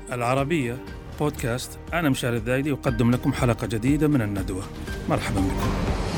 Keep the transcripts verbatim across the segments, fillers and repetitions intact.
العربية بودكاست. أنا مشاري الذايدي أقدم لكم حلقة جديدة من الندوة. مرحبا بكم.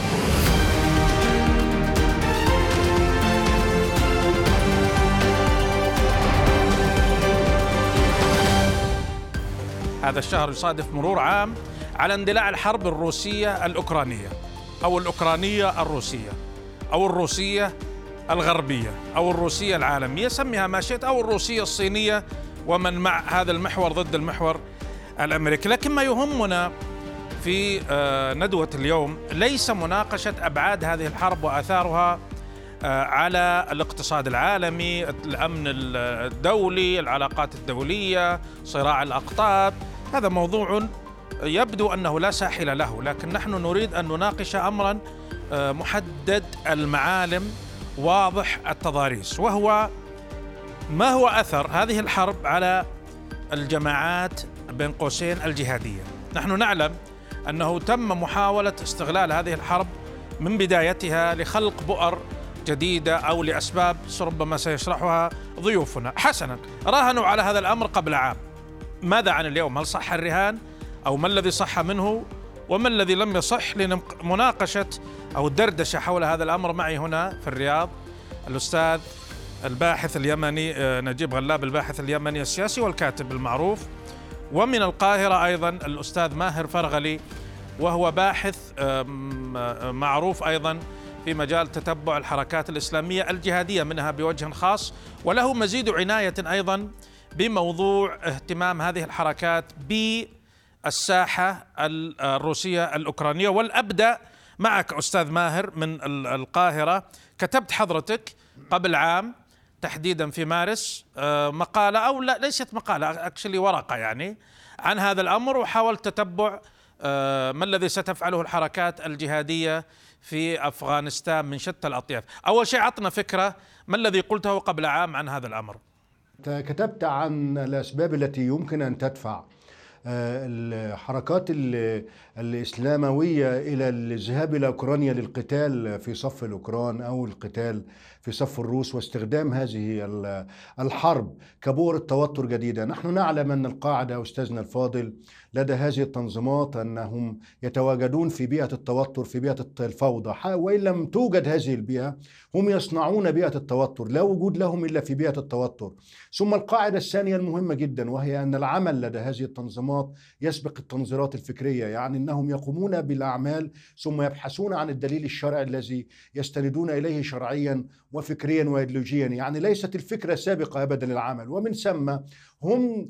هذا الشهر يصادف مرور عام على اندلاع الحرب الروسية الأوكرانية أو الأوكرانية الروسية أو الروسية الغربية أو الروسية العالمية، سميها ما شئت، أو الروسية الصينية ومن مع هذا المحور ضد المحور الأمريكي. لكن ما يهمنا في ندوة اليوم ليس مناقشة أبعاد هذه الحرب وآثارها على الاقتصاد العالمي، الأمن الدولي، العلاقات الدولية، صراع الأقطاب. هذا موضوع يبدو أنه لا ساحل له، لكن نحن نريد أن نناقش أمرا محدد المعالم واضح التضاريس، وهو ما هو أثر هذه الحرب على الجماعات بين قوسين الجهادية. نحن نعلم أنه تم محاولة استغلال هذه الحرب من بدايتها لخلق بؤر جديدة أو لأسباب ربما سيشرحها ضيوفنا. حسنا، راهنوا على هذا الأمر قبل عام. ماذا عن اليوم؟ هل صح الرهان أو ما الذي صح منه وما الذي لم يصح؟ لمناقشة أو الدردشة حول هذا الأمر معي هنا في الرياض الأستاذ الباحث اليمني نجيب غلاب، الباحث اليمني السياسي والكاتب المعروف، ومن القاهرة أيضا الأستاذ ماهر فرغلي، وهو باحث معروف أيضا في مجال تتبع الحركات الإسلامية الجهادية منها بوجه خاص، وله مزيد عناية أيضا بموضوع اهتمام هذه الحركات بالساحة الروسية الأوكرانية. والأبدأ معك أستاذ ماهر من القاهرة. كتبت حضرتك قبل عام تحديدا في مارس مقالة، أو لا ليست مقالة، أكشلي ورقة يعني عن هذا الأمر، وحاولت تتبع ما الذي ستفعله الحركات الجهادية في أفغانستان من شتى الأطياف. أول شيء عطنا فكرة ما الذي قلته قبل عام عن هذا الأمر. كتبت عن الأسباب التي يمكن أن تدفع الحركات الإسلاموية إلى الذهاب إلى أوكرانيا للقتال في صف الأوكران أو القتال في صف الروس، واستخدام هذه الحرب كبؤرة توتر جديدة. نحن نعلم أن القاعدة أستاذنا الفاضل لدى هذه التنظيمات أنهم يتواجدون في بيئة التوتر، في بيئة الفوضى، وإن لم توجد هذه البيئة هم يصنعون بيئة التوتر، لا وجود لهم إلا في بيئة التوتر. ثم القاعدة الثانية المهمة جدا، وهي أن العمل لدى هذه التنظيمات يسبق التنظيرات الفكرية، يعني أنهم يقومون بالأعمال ثم يبحثون عن الدليل الشرعي الذي يستندون إليه شرعيا وفكريا وإيديولوجيا، يعني ليست الفكرة سابقة أبدا للعمل. ومن ثم هم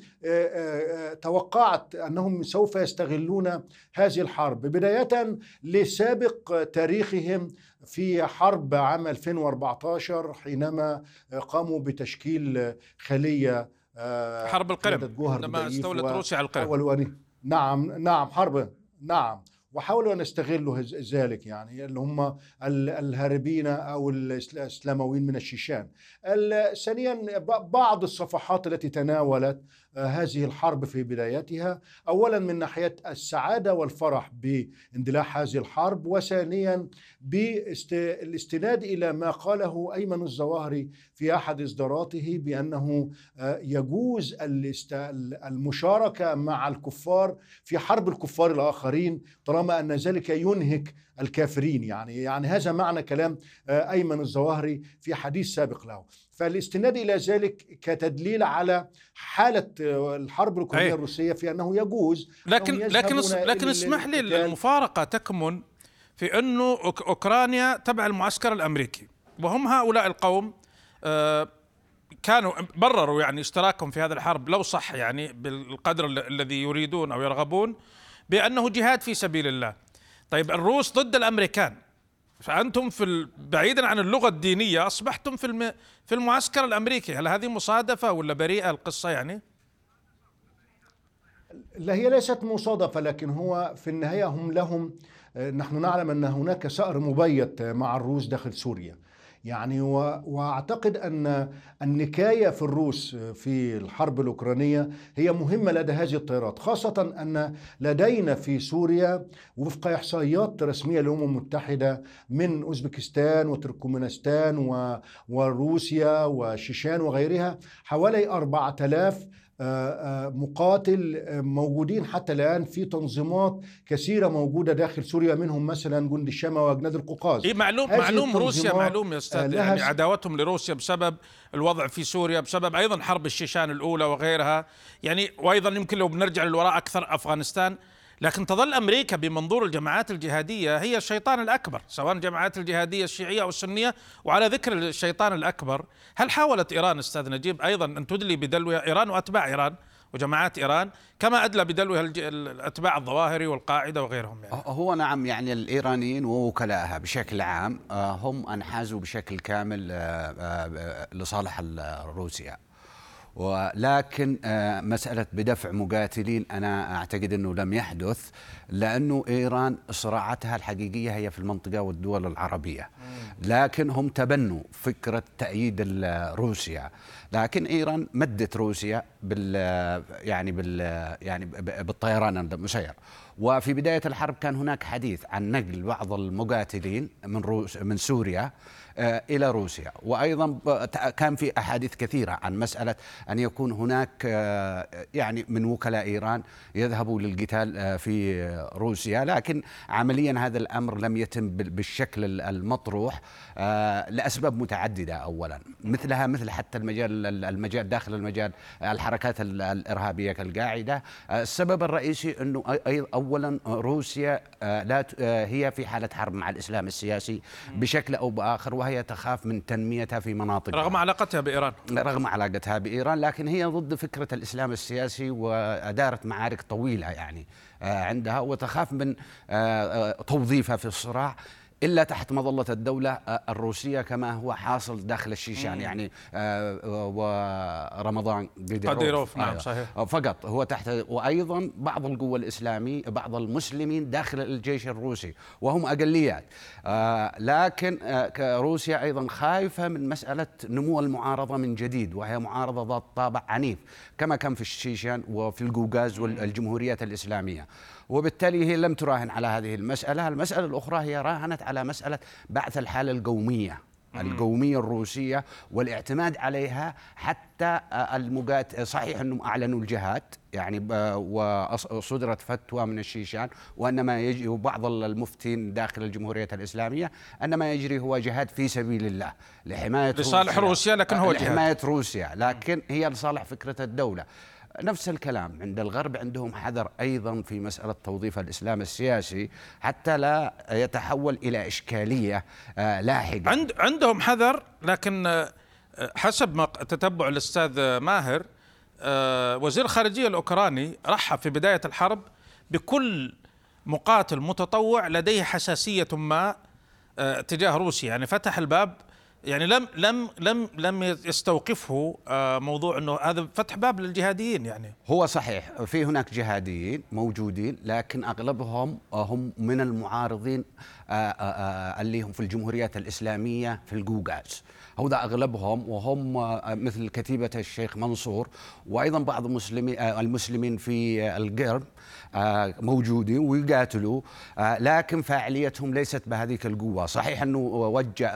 توقعت أنهم سوف يستغلون هذه الحرب بداية لسابق تاريخهم في حرب عام ألفين وأربعة عشر حينما قاموا بتشكيل خلية حرب القرم لما استولت روسيا على القرم. نعم نعم حرب نعم وحاولوا أن يستغلوا ذلك، يعني اللي هم الهاربين أو الإسلامويين من الشيشان. ثانيا بعض الصفحات التي تناولت هذه الحرب في بدايتها، أولا من ناحية السعادة والفرح باندلاع هذه الحرب، وثانيا بالاستناد إلى ما قاله أيمن الظواهري في أحد إصداراته بأنه يجوز المشاركة مع الكفار في حرب الكفار الآخرين طالما أن ذلك ينهك الكافرين. يعني يعني هذا معنى كلام أيمن الظواهري في حديث سابق له. فالاستناد إلى ذلك كتدليل على حالة الحرب الأوكرانية الروسية في أنه يجوز، لكن لكن لكن اسمح لي، المفارقة تكمن في أنه أوكرانيا تبع المعسكر الأمريكي، وهم هؤلاء القوم كانوا برروا يعني اشتراكهم في هذه الحرب لو صح يعني بالقدر الذي يريدون أو يرغبون بأنه جهاد في سبيل الله. طيب الروس ضد الأمريكان، فأنتم في بعيدا عن اللغة الدينية أصبحتم في الم... في المعسكر الأمريكي. هل هذه مصادفة ولا بريئة القصة يعني؟ لا، هي ليست مصادفة، لكن هو في النهاية هم لهم، نحن نعلم أن هناك ثأر مبيت مع الروس داخل سوريا يعني، واعتقد ان النكاية في الروس في الحرب الأوكرانية هي مهمة لدى هذه التيارات، خاصة ان لدينا في سوريا وفق احصائيات رسمية للأمم المتحدة من اوزبكستان وتركمانستان وروسيا وشيشان وغيرها حوالي أربعة آلاف مقاتل موجودين حتى الآن في تنظيمات كثيرة موجودة داخل سوريا، منهم مثلا جند الشام وأجناد القوقاز. إيه معلوم معلوم روسيا معلوم يا أستاذ، يعني عداوتهم لروسيا بسبب الوضع في سوريا، بسبب أيضا حرب الشيشان الأولى وغيرها، يعني وأيضا يمكن لو بنرجع للوراء أكثر أفغانستان. لكن تظل أمريكا بمنظور الجماعات الجهادية هي الشيطان الأكبر، سواء الجماعات الجهادية الشيعية أو السنية. وعلى ذكر الشيطان الأكبر، هل حاولت إيران أستاذ نجيب أيضا أن تدلي بدلوها إيران وأتباع إيران وجماعات إيران كما أدلى بدلوها الأتباع الظواهري والقاعدة وغيرهم؟ يعني هو نعم، يعني الإيرانيين ووكلائها بشكل عام هم انحازوا بشكل كامل لصالح روسيا، ولكن مسألة بدفع مقاتلين أنا أعتقد أنه لم يحدث، لأنه إيران صراعاتها الحقيقية هي في المنطقة والدول العربية، لكن هم تبنوا فكرة تأييد روسيا. لكن إيران مدت روسيا بال يعني بال يعني بالطيران المسير. وفي بداية الحرب كان هناك حديث عن نقل بعض المقاتلين من روس من سوريا إلى روسيا، وأيضا كان في أحاديث كثيرة عن مسألة أن يكون هناك يعني من وكلاء إيران يذهبوا للقتال في روسيا، لكن عمليا هذا الأمر لم يتم بالشكل المطروح لأسباب متعددة. أولا مثلها مثل حتى المجال المجال داخل المجال الحركات الإرهابية كالقاعدة. السبب الرئيسي أنه أولا روسيا لا هي في حالة حرب مع الإسلام السياسي بشكل أو بآخر، وهي تخاف من تنميتها في مناطق رغم علاقتها بإيران رغم علاقتها بإيران لكن هي ضد فكرة الإسلام السياسي وأدارت معارك طويلة يعني عندها، وتخاف من توظيفها في الصراع إلا تحت مظلة الدولة الروسية كما هو حاصل داخل الشيشان. يعني ورمضان قديروف نعم صحيح فقط هو تحت، وأيضا بعض القوى الإسلامية بعض المسلمين داخل الجيش الروسي وهم أقليات. لكن روسيا أيضا خايفة من مسألة نمو المعارضة من جديد، وهي معارضة ذات طابع عنيف كما كان في الشيشان وفي القوقاز والجمهوريات الإسلامية، وبالتالي هي لم تراهن على هذه المسألة. المسألة الأخرى هي راهنت على مسألة بعث الحالة القومية القومية الروسية والاعتماد عليها حتى المقات. صحيح أنهم أعلنوا الجهاد يعني وصدرت فتوى من الشيشان وأنما يجري بعض المفتين داخل الجمهورية الإسلامية أنما يجري هو جهاد في سبيل الله لحماية لصالح روسيا, روسيا لكن هو جهاد لحماية روسيا، لكن هي لصالح فكرة الدولة. نفس الكلام عند الغرب، عندهم حذر أيضا في مسألة توظيف الإسلام السياسي حتى لا يتحول إلى إشكالية لاحقة. عند عندهم حذر، لكن حسب ما تتبع الأستاذ ماهر وزير الخارجية الأوكراني رحب في بداية الحرب بكل مقاتل متطوع لديه حساسية ما تجاه روسيا، يعني فتح الباب، يعني لم لم لم لم يستوقفه موضوع انه هذا فتح باب للجهاديين. يعني هو صحيح في هناك جهاديين موجودين، لكن اغلبهم هم من المعارضين اللي هم في الجمهوريات الاسلاميه في القوقاز، هذا اغلبهم، وهم مثل كتيبه الشيخ منصور وايضا بعض المسلمين المسلمين في القرب موجودين ويقاتلوا، لكن فاعليتهم ليست بهذيك القوة. صحيح أنه وجه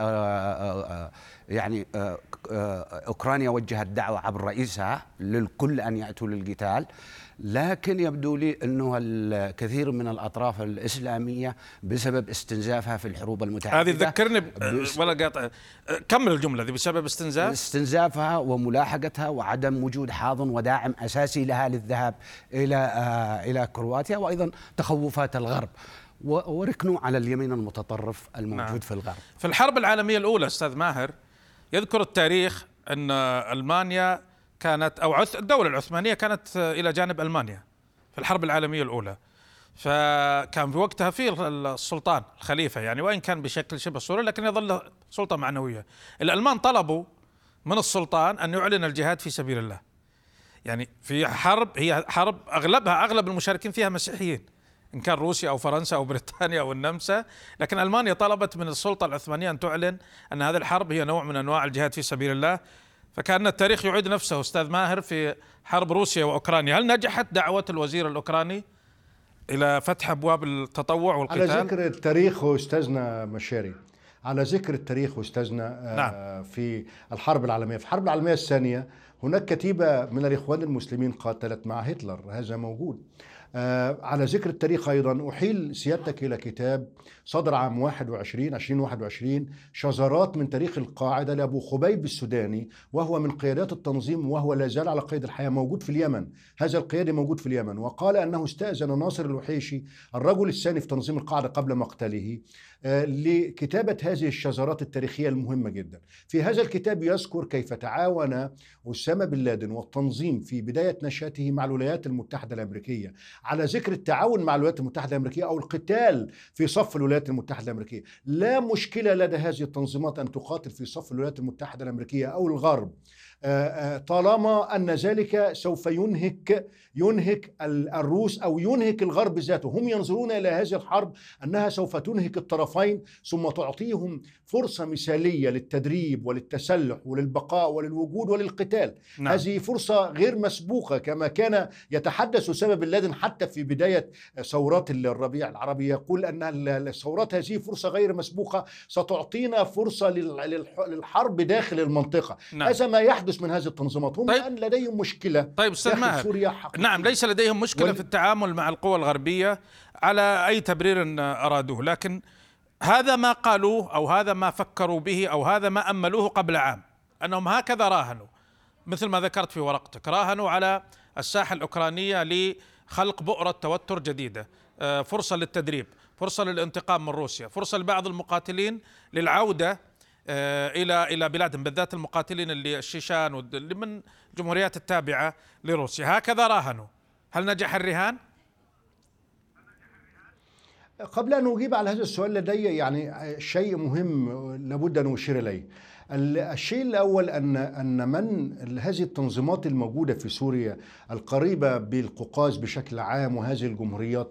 يعني أوكرانيا وجهت دعوة عبر رئيسها للكل أن يأتوا للقتال، لكن يبدو لي أنه الكثير من الأطراف الإسلامية بسبب استنزافها في الحروب المتعددة. هذه ذكرني بس ولا قاطع، كمل الجملة دي. بسبب استنزاف استنزافها وملاحقتها وعدم وجود حاضن وداعم أساسي لها للذهاب إلى آه إلى كرواتيا، وأيضا تخوفات الغرب وركنوا على اليمين المتطرف الموجود نعم. في الغرب. في الحرب العالمية الأولى أستاذ ماهر يذكر التاريخ أن ألمانيا كانت أو الدولة العثمانية كانت إلى جانب ألمانيا في الحرب العالمية الأولى، فكان في وقتها في السلطان الخليفة يعني، وإن كان بشكل شبه صورة لكن يظل سلطة معنوية. الألمان طلبوا من السلطان أن يعلن الجهاد في سبيل الله، يعني في حرب هي حرب أغلبها أغلب المشاركين فيها مسيحيين، إن كان روسيا أو فرنسا أو بريطانيا أو النمسا، لكن ألمانيا طلبت من السلطة العثمانية أن تعلن أن هذه الحرب هي نوع من أنواع الجهاد في سبيل الله. فكان التاريخ يعيد نفسه أستاذ ماهر في حرب روسيا وأوكرانيا. هل نجحت دعوة الوزير الأوكراني إلى فتح أبواب التطوع والقتال؟ على ذكر التاريخ أستاذنا مشاري، على ذكر التاريخ أستاذنا، نعم. في الحرب العالمية في الحرب العالمية الثانية هناك كتيبة من الإخوان المسلمين قاتلت مع هتلر، هذا موجود. آه على ذكر التاريخ أيضا أحيل سيادتك إلى كتاب صدر عام واحد وعشرين ألفين وواحد وعشرين، شذرات من تاريخ القاعدة لأبو خبيب السوداني، وهو من قيادات التنظيم وهو لا زال على قيد الحياة، موجود في اليمن. هذا القيادي موجود في اليمن، وقال أنه استأذن ناصر الوحيشي الرجل الثاني في تنظيم القاعدة قبل مقتله آه لكتابة هذه الشذرات التاريخية المهمة جدا. في هذا الكتاب يذكر كيف تعاون أسامة بن لادن والتنظيم في بداية نشأته مع الولايات المتحدة الأمريكية. على ذكر التعاون مع الولايات المتحدة الأمريكية أو القتال في صف الولايات المتحدة الأمريكية، لا مشكلة لدى هذه التنظيمات أن تقاتل في صف الولايات المتحدة الأمريكية أو الغرب، طالما أن ذلك سوف ينهك ينهك الروس أو ينهك الغرب ذاته. هم ينظرون إلى هذه الحرب أنها سوف تنهك الطرفين، ثم تعطيهم فرصة مثالية للتدريب وللتسلح وللبقاء وللوجود وللقتال. نعم. هذه فرصة غير مسبوقة، كما كان يتحدث أسامة بن لادن حتى في بداية ثورات الربيع العربي، يقول أن الثورات هذه فرصة غير مسبوقة ستعطينا فرصة للحرب داخل المنطقة. نعم. هذا ما يحدث من هذه التنظيمات. هم طيب. الآن لديهم مشكلة. طيب أستاذ ماهر، نعم، ليس لديهم مشكلة وال... في التعامل مع القوى الغربية على أي تبرير أرادوه، لكن هذا ما قالوه أو هذا ما فكروا به أو هذا ما أملوه قبل عام، أنهم هكذا راهنوا مثل ما ذكرت في ورقتك، راهنوا على الساحة الأوكرانية لخلق بؤرة توتر جديدة، فرصة للتدريب، فرصة للانتقام من روسيا، فرصة لبعض المقاتلين للعودة إلى إلى بلادهم، بالذات المقاتلين اللي الشيشان واللي من جمهوريات التابعة لروسيا. هكذا راهنوا. هل نجح الرهان؟ قبل أن أجيب على هذا السؤال لدي يعني شيء مهم لابد أن أشير إليه. الشيء الأول أن أن من هذه التنظيمات الموجودة في سوريا القريبة بالقوقاز بشكل عام وهذه الجمهوريات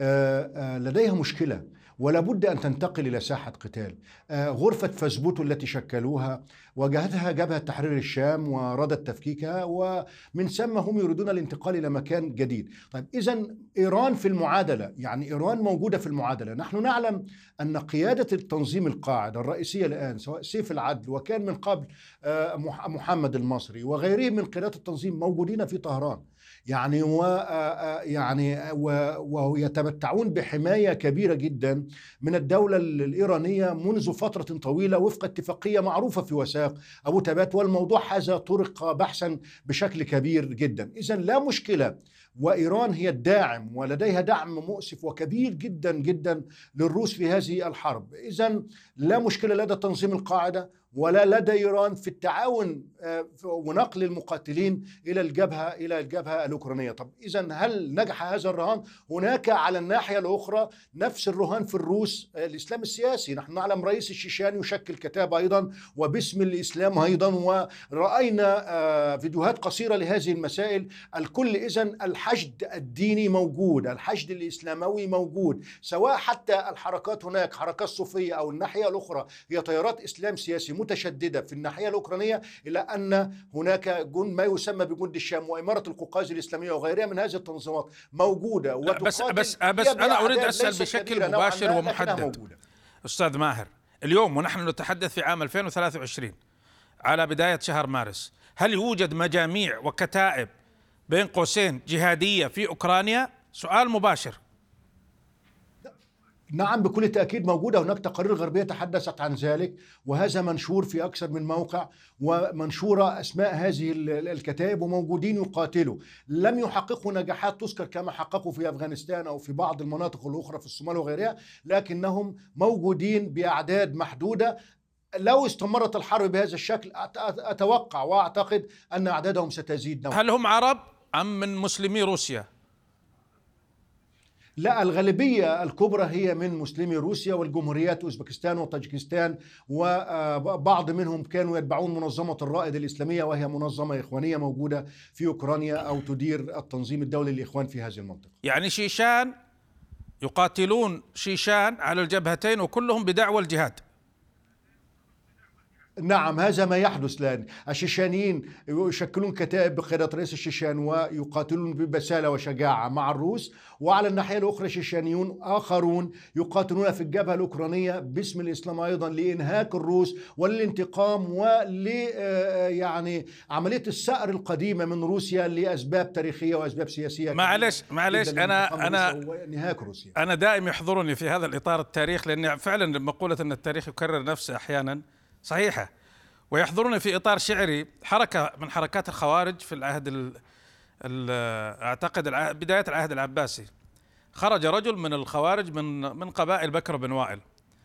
لديها مشكلة ولا بد أن تنتقل إلى ساحة قتال. غرفة فاسبوتو التي شكلوها واجهتها جبهة تحرير الشام ورادت تفكيكها، ومن ثم هم يريدون الانتقال إلى مكان جديد. طيب إذن إيران في المعادلة، يعني إيران موجودة في المعادلة. نحن نعلم أن قيادة التنظيم القاعدة الرئيسية الآن سواء سيف العدل وكان من قبل محمد المصري وغيرهم من قيادات التنظيم موجودين في طهران، يعني و يعني ويتمتعون بحماية كبيرة جدا من الدولة الإيرانية منذ فترة طويلة وفق اتفاقية معروفة في وثائق أبو تبات، والموضوع هذا طرق بحثا بشكل كبير جدا. إذن لا مشكلة، وإيران هي الداعم ولديها دعم مؤسف وكبير جدا جدا للروس في هذه الحرب. إذن لا مشكلة لدى تنظيم القاعدة ولا لدى إيران في التعاون ونقل المقاتلين إلى الجبهة إلى الجبهة الأوكرانية. طب إذن هل نجح هذا الرهان؟ هناك على الناحية الأخرى نفس الرهان في الروس الإسلام السياسي. نحن نعلم رئيس الشيشان يشكل كتاب أيضا وباسم الإسلام أيضا، ورأينا فيديوهات قصيرة لهذه المسائل. الكل إذن الحشد الديني موجود، الحشد الإسلاموي موجود، سواء حتى الحركات هناك حركات صوفية أو الناحية الأخرى هي تيارات إسلام سياسي متشددة في الناحية الأوكرانية، إلى أن هناك جند ما يسمى بجند الشام وإمارة القوقاز الإسلامية وغيرها من هذه التنظيمات موجودة بس بس بس أنا أريد أسأل بشكل مباشر ومحدد أستاذ ماهر، اليوم ونحن نتحدث في عام ألفين وثلاثة وعشرين على بداية شهر مارس، هل يوجد مجاميع وكتائب بين قوسين جهادية في أوكرانيا؟ سؤال مباشر. نعم بكل تأكيد موجودة. هناك تقارير غربية تحدثت عن ذلك، وهذا منشور في أكثر من موقع، ومنشورة أسماء هذه الكتائب، وموجودين يقاتلوا. لم يحققوا نجاحات تذكر كما حققوا في أفغانستان أو في بعض المناطق الأخرى في الصومال وغيرها، لكنهم موجودين بأعداد محدودة. لو استمرت الحرب بهذا الشكل أتوقع وأعتقد أن أعدادهم ستزيد نوعا. هل هم عرب أم من مسلمي روسيا؟ لا، الغالبية الكبرى هي من مسلمي روسيا والجمهوريات أوزبكستان وطاجكستان، وبعض منهم كانوا يتبعون منظمة الرائد الإسلامية، وهي منظمة إخوانية موجودة في أوكرانيا أو تدير التنظيم الدولي للإخوان في هذه المنطقة. يعني شيشان يقاتلون شيشان على الجبهتين وكلهم بدعوى الجهاد. نعم، هذا ما يحدث الآن. الشيشانيين يشكلون كتائب بقيادة رئيس الشيشان ويقاتلون ببسالة وشجاعة مع الروس، وعلى الناحية الأخرى شيشانيون آخرون يقاتلون في الجبهة الأوكرانية باسم الإسلام أيضا لإنهاك الروس وللانتقام ول يعني عملية السأر القديمة من روسيا لأسباب تاريخية وأسباب سياسية. معلش معلش أنا أنا نهاك روسيا. أنا دائما يحضرني في هذا الإطار التاريخ، لأن فعلا مقولة أن التاريخ يكرر نفسه أحيانا صحيحة، ويحضرني في إطار شعري حركة من حركات الخوارج في العهد ال ال أعتقد بداية العهد العباسي. خرج رجل من الخوارج من من قبائل بكر بن وائل،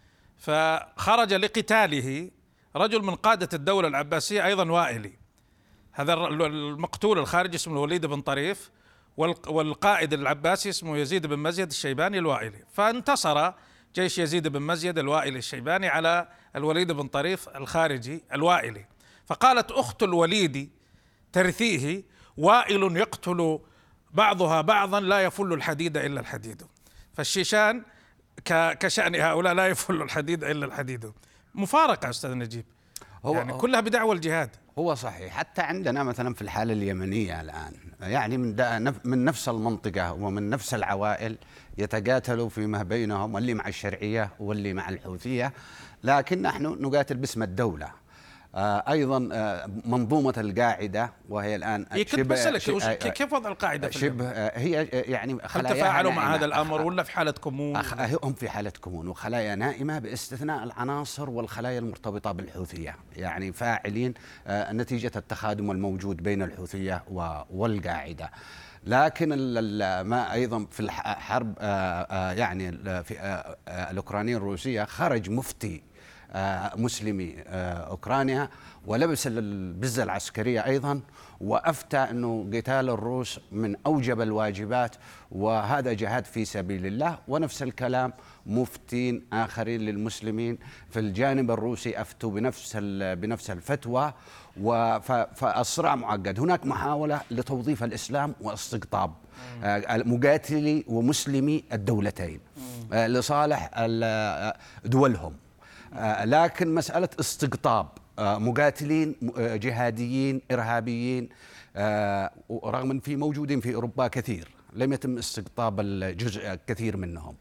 فخرج لقتاله رجل من قادة الدولة العباسية أيضا وائلي. هذا المقتول الخارجي اسمه الوليد بن طريف، والقائد العباسي اسمه يزيد بن مزيد الشيباني الوائلي. فانتصر جيش يزيد بن مزيد الوائلي الشيباني على الوليد بن طريف الخارجي الوائلي، فقالت أخت الوليد ترثيه: وائل يقتل بعضها بعضا لا يفل الحديد إلا الحديد. فالشيشان كشأن هؤلاء لا يفل الحديد إلا الحديد. مفارقة أستاذ نجيب، هو يعني كلها بدعوى الجهاد. هو صحيح، حتى عندنا مثلا في الحالة اليمنية الآن يعني من من نفس المنطقة ومن نفس العوائل يتقاتلوا فيما بينهم، واللي مع الشرعية واللي مع الحوثية، لكن نحن نقاتل باسم الدولة. آه أيضا آه منظومة القاعدة، وهي الآن شبه كيف وضع القاعدة في شبه آه هي يعني هل تفاعلوا مع هذا الأمر ولا في حالة كمون؟ هم في حالة كمون وخلايا نائمة، باستثناء العناصر والخلايا المرتبطة بالحوثية، يعني فاعلين آه نتيجة التخادم الموجود بين الحوثية والقاعدة. لكن ما أيضا في الحرب آه آه يعني في آه آه الأوكرانية الروسية خرج مفتي آه مسلمي آه أوكرانيا ولبس البزة العسكرية أيضا، وأفتى أنه قتال الروس من أوجب الواجبات وهذا جهاد في سبيل الله. ونفس الكلام مفتين آخرين للمسلمين في الجانب الروسي أفتوا بنفس بنفس الفتوى، فالصراع معقد. هناك محاولة لتوظيف الإسلام واستقطاب آه مقاتلي ومسلمي الدولتين آه لصالح دولهم، آه لكن مسألة استقطاب آه مقاتلين آه جهاديين إرهابيين آه رغم أن في موجودين في أوروبا كثير لم يتم استقطاب الجزء كثير منهم،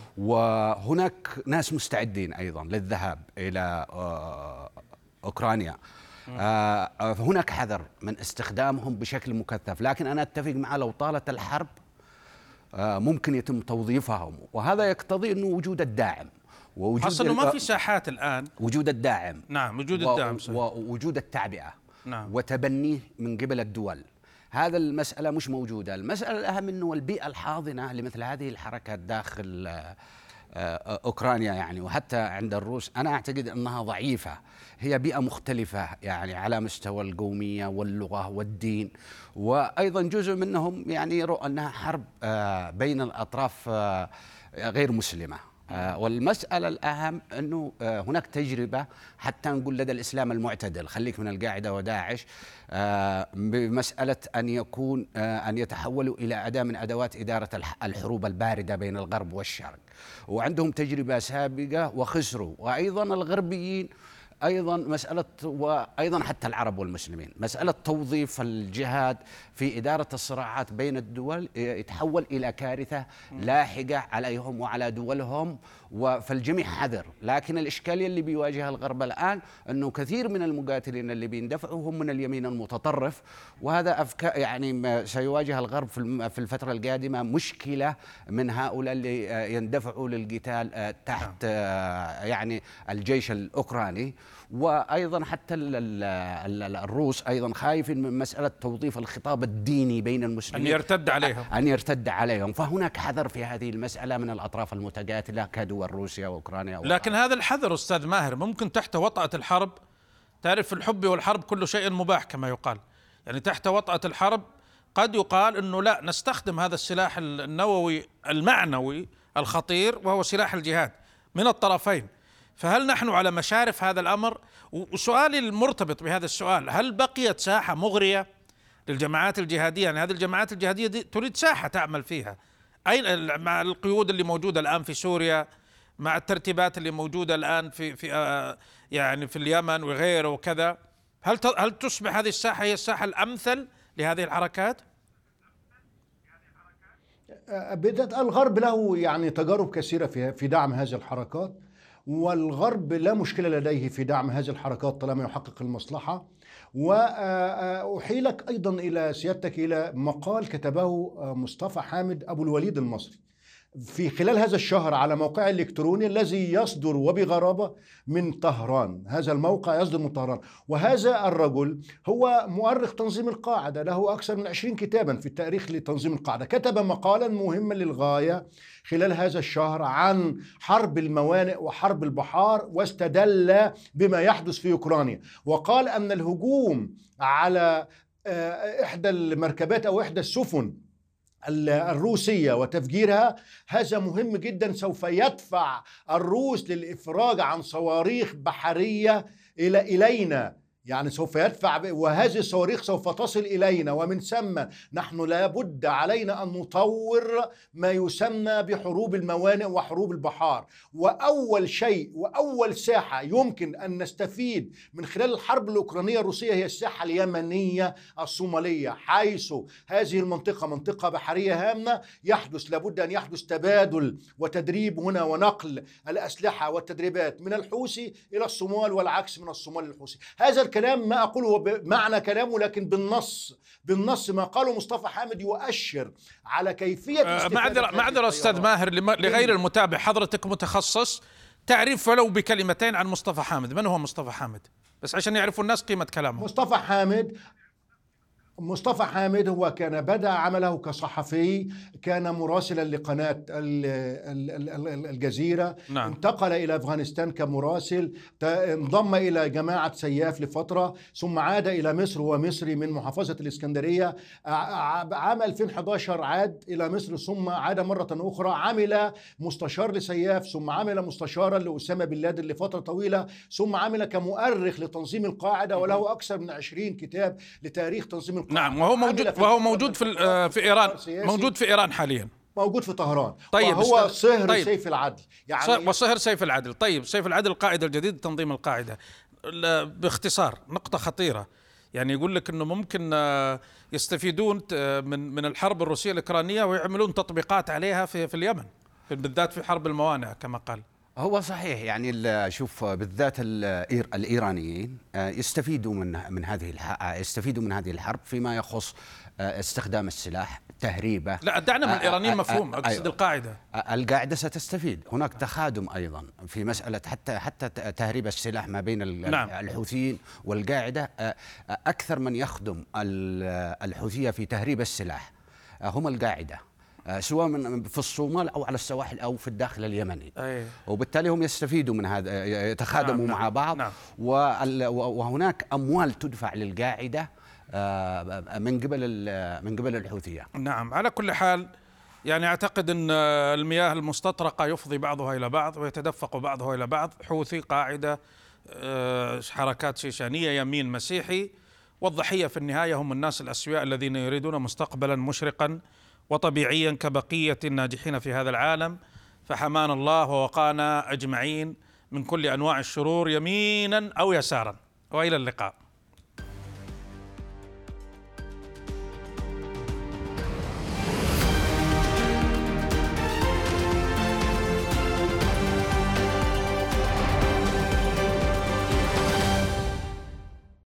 وهناك ناس مستعدين أيضا للذهاب إلى آه أوكرانيا. آه هناك حذر من استخدامهم بشكل مكثف، لكن أنا أتفق معه لو طالت الحرب آه ممكن يتم توظيفهم، وهذا يقتضي أنه وجود الداعم ووجود حصل انه ما في ساحات الان، وجود الداعم نعم وجود الدعم ووجود التعبئة نعم وتبنيه من قبل الدول. هذا المسألة مش موجودة. المسألة الأهم أنه البيئة الحاضنة لمثل هذه الحركات داخل أوكرانيا يعني وحتى عند الروس أنا أعتقد أنها ضعيفة. هي بيئة مختلفة يعني على مستوى القومية واللغة والدين، وأيضا جزء منهم يعني يروا أنها حرب بين الأطراف غير مسلمة. آه والمسألة الأهم أنه آه هناك تجربة حتى نقول لدى الإسلام المعتدل، خليك من القاعدة وداعش، آه بمسألة أن يكون آه أن يتحولوا إلى أداة من أدوات إدارة الحروب الباردة بين الغرب والشرق، وعندهم تجربة سابقة وخسروا. وأيضا الغربيين أيضا مسألة، وأيضا حتى العرب والمسلمين، مسألة توظيف الجهاد في إدارة الصراعات بين الدول يتحول إلى كارثة لاحقة عليهم وعلى دولهم، فالجميع حذر. لكن الإشكالية اللي بيواجهها الغرب الآن أنه كثير من المقاتلين اللي بيندفعوا هم من اليمين المتطرف، وهذا أفكار يعني سيواجه الغرب في الفترة القادمة مشكلة من هؤلاء اللي يندفعوا للقتال تحت يعني الجيش الأوكراني. وأيضا حتى الروس أيضا خايفين من مسألة توظيف الخطاب الديني بين المسلمين أن يرتد عليهم أن يرتد عليهم فهناك حذر في هذه المسألة من الأطراف المتقاتلة كدول روسيا وأوكرانيا. لكن هذا الحذر أستاذ ماهر ممكن تحت وطأة الحرب، تعرف في الحب والحرب كل شيء مباح كما يقال، يعني تحت وطأة الحرب قد يقال أنه لا نستخدم هذا السلاح النووي المعنوي الخطير وهو سلاح الجهاد من الطرفين. فهل نحن على مشارف هذا الأمر؟ وسؤالي المرتبط بهذا السؤال، هل بقيت ساحة مغرية للجماعات الجهادية؟ يعني هذه الجماعات الجهادية دي تريد ساحة تعمل فيها، أين مع القيود اللي موجودة الآن في سوريا، مع الترتيبات اللي موجودة الآن في في يعني في اليمن وغيره وكذا، هل هل تصبح هذه الساحة هي الساحة الأمثل لهذه الحركات؟ بدأت الغرب له يعني تجارب كثيرة في في دعم هذه الحركات، والغرب لا مشكلة لديه في دعم هذه الحركات طالما يحقق المصلحة. وأحيلك أيضا إلى سيادتك إلى مقال كتبه مصطفى حامد أبو الوليد المصري في خلال هذا الشهر على موقع الإلكتروني الذي يصدر وبغرابة من طهران. هذا الموقع يصدر من طهران، وهذا الرجل هو مؤرخ تنظيم القاعدة، له أكثر من عشرين كتابا في التاريخ لتنظيم القاعدة. كتب مقالا مهما للغاية خلال هذا الشهر عن حرب الموانئ وحرب البحار، واستدل بما يحدث في أوكرانيا، وقال أن الهجوم على إحدى المركبات أو إحدى السفن الروسية وتفجيرها هذا مهم جدا، سوف يدفع الروس للإفراج عن صواريخ بحرية إلى إلينا، يعني سوف يدفع، وهذه الصواريخ سوف تصل إلينا، ومن ثم نحن لابد علينا أن نطور ما يسمى بحروب الموانئ وحروب البحار. وأول شيء وأول ساحة يمكن أن نستفيد من خلال الحرب الأوكرانية الروسية هي الساحة اليمنية الصومالية، حيث هذه المنطقة منطقة بحرية هامة، يحدث لابد أن يحدث تبادل وتدريب هنا ونقل الأسلحة والتدريبات من الحوثي إلى الصومال والعكس من الصومال للحوثي. هذا الكلام ما أقوله بمعنى كلامه، لكن بالنص بالنص ما قاله مصطفى حامد يؤشر على كيفية معذرة معذرة أستاذ ماهر لغير المتابع، حضرتك متخصص، تعريف ولو بكلمتين عن مصطفى حامد. من هو مصطفى حامد؟ بس عشان يعرفوا الناس قيمة كلامه. مصطفى حامد مصطفى حامد هو كان بدأ عمله كصحفي، كان مراسلا لقناة الجزيرة. نعم. انتقل إلى أفغانستان كمراسل، انضم إلى جماعة سياف لفترة، ثم عاد إلى مصر، هو مصري من محافظة الإسكندرية. عام ألفين وأحد عشر عاد إلى مصر، ثم عاد مرة أخرى، عمل مستشار لسياف، ثم عمل مستشارا لأسامة بن لادن لفترة طويلة، ثم عمل كمؤرخ لتنظيم القاعدة، وله أكثر من عشرين كتاب لتاريخ تنظيم القاعدة. نعم، وهو موجود وهو موجود في في ايران، موجود في ايران حاليا، موجود في طهران. طيب، وهو صهر طيب. سيف العدل، يعني وصهر سيف العدل. طيب، سيف العدل القائد الجديد لتنظيم القاعدة. باختصار، نقطة خطيرة، يعني يقول لك انه ممكن يستفيدون من من الحرب الروسية الأوكرانية ويعملون تطبيقات عليها في في اليمن، بالذات في حرب الموانئ كما قال. هو صحيح، يعني شوف بالذات الإيرانيين يستفيدوا من من هذه يستفيدوا من هذه الحرب فيما يخص استخدام السلاح، تهريبه. لا، دعنا من الإيرانيين مفهوم، أقصد أيوة. القاعدة القاعدة ستستفيد. هناك تخادم أيضا في مسألة حتى حتى تهريب السلاح ما بين نعم. الحوثيين والقاعدة. أكثر من يخدم الحوثية في تهريب السلاح هم القاعدة، سواء من في الصومال أو على السواحل أو في الداخل اليمني. أيه. وبالتالي هم يستفيدوا من هذا، يتخادموا نعم. مع بعض. نعم. وهناك أموال تدفع للقاعدة من قبل من قبل الحوثية. نعم، على كل حال يعني أعتقد أن المياه المستطرقة يفضي بعضها إلى بعض ويتدفق بعضها إلى بعض، حوثي، قاعدة، حركات شيشانية، يمين مسيحي، والضحية في النهاية هم الناس الأسوياء الذين يريدون مستقبلا مشرقا وطبيعيا كبقية الناجحين في هذا العالم. فحمانا الله ووقانا أجمعين من كل أنواع الشرور يمينا أو يسارا، وإلى اللقاء.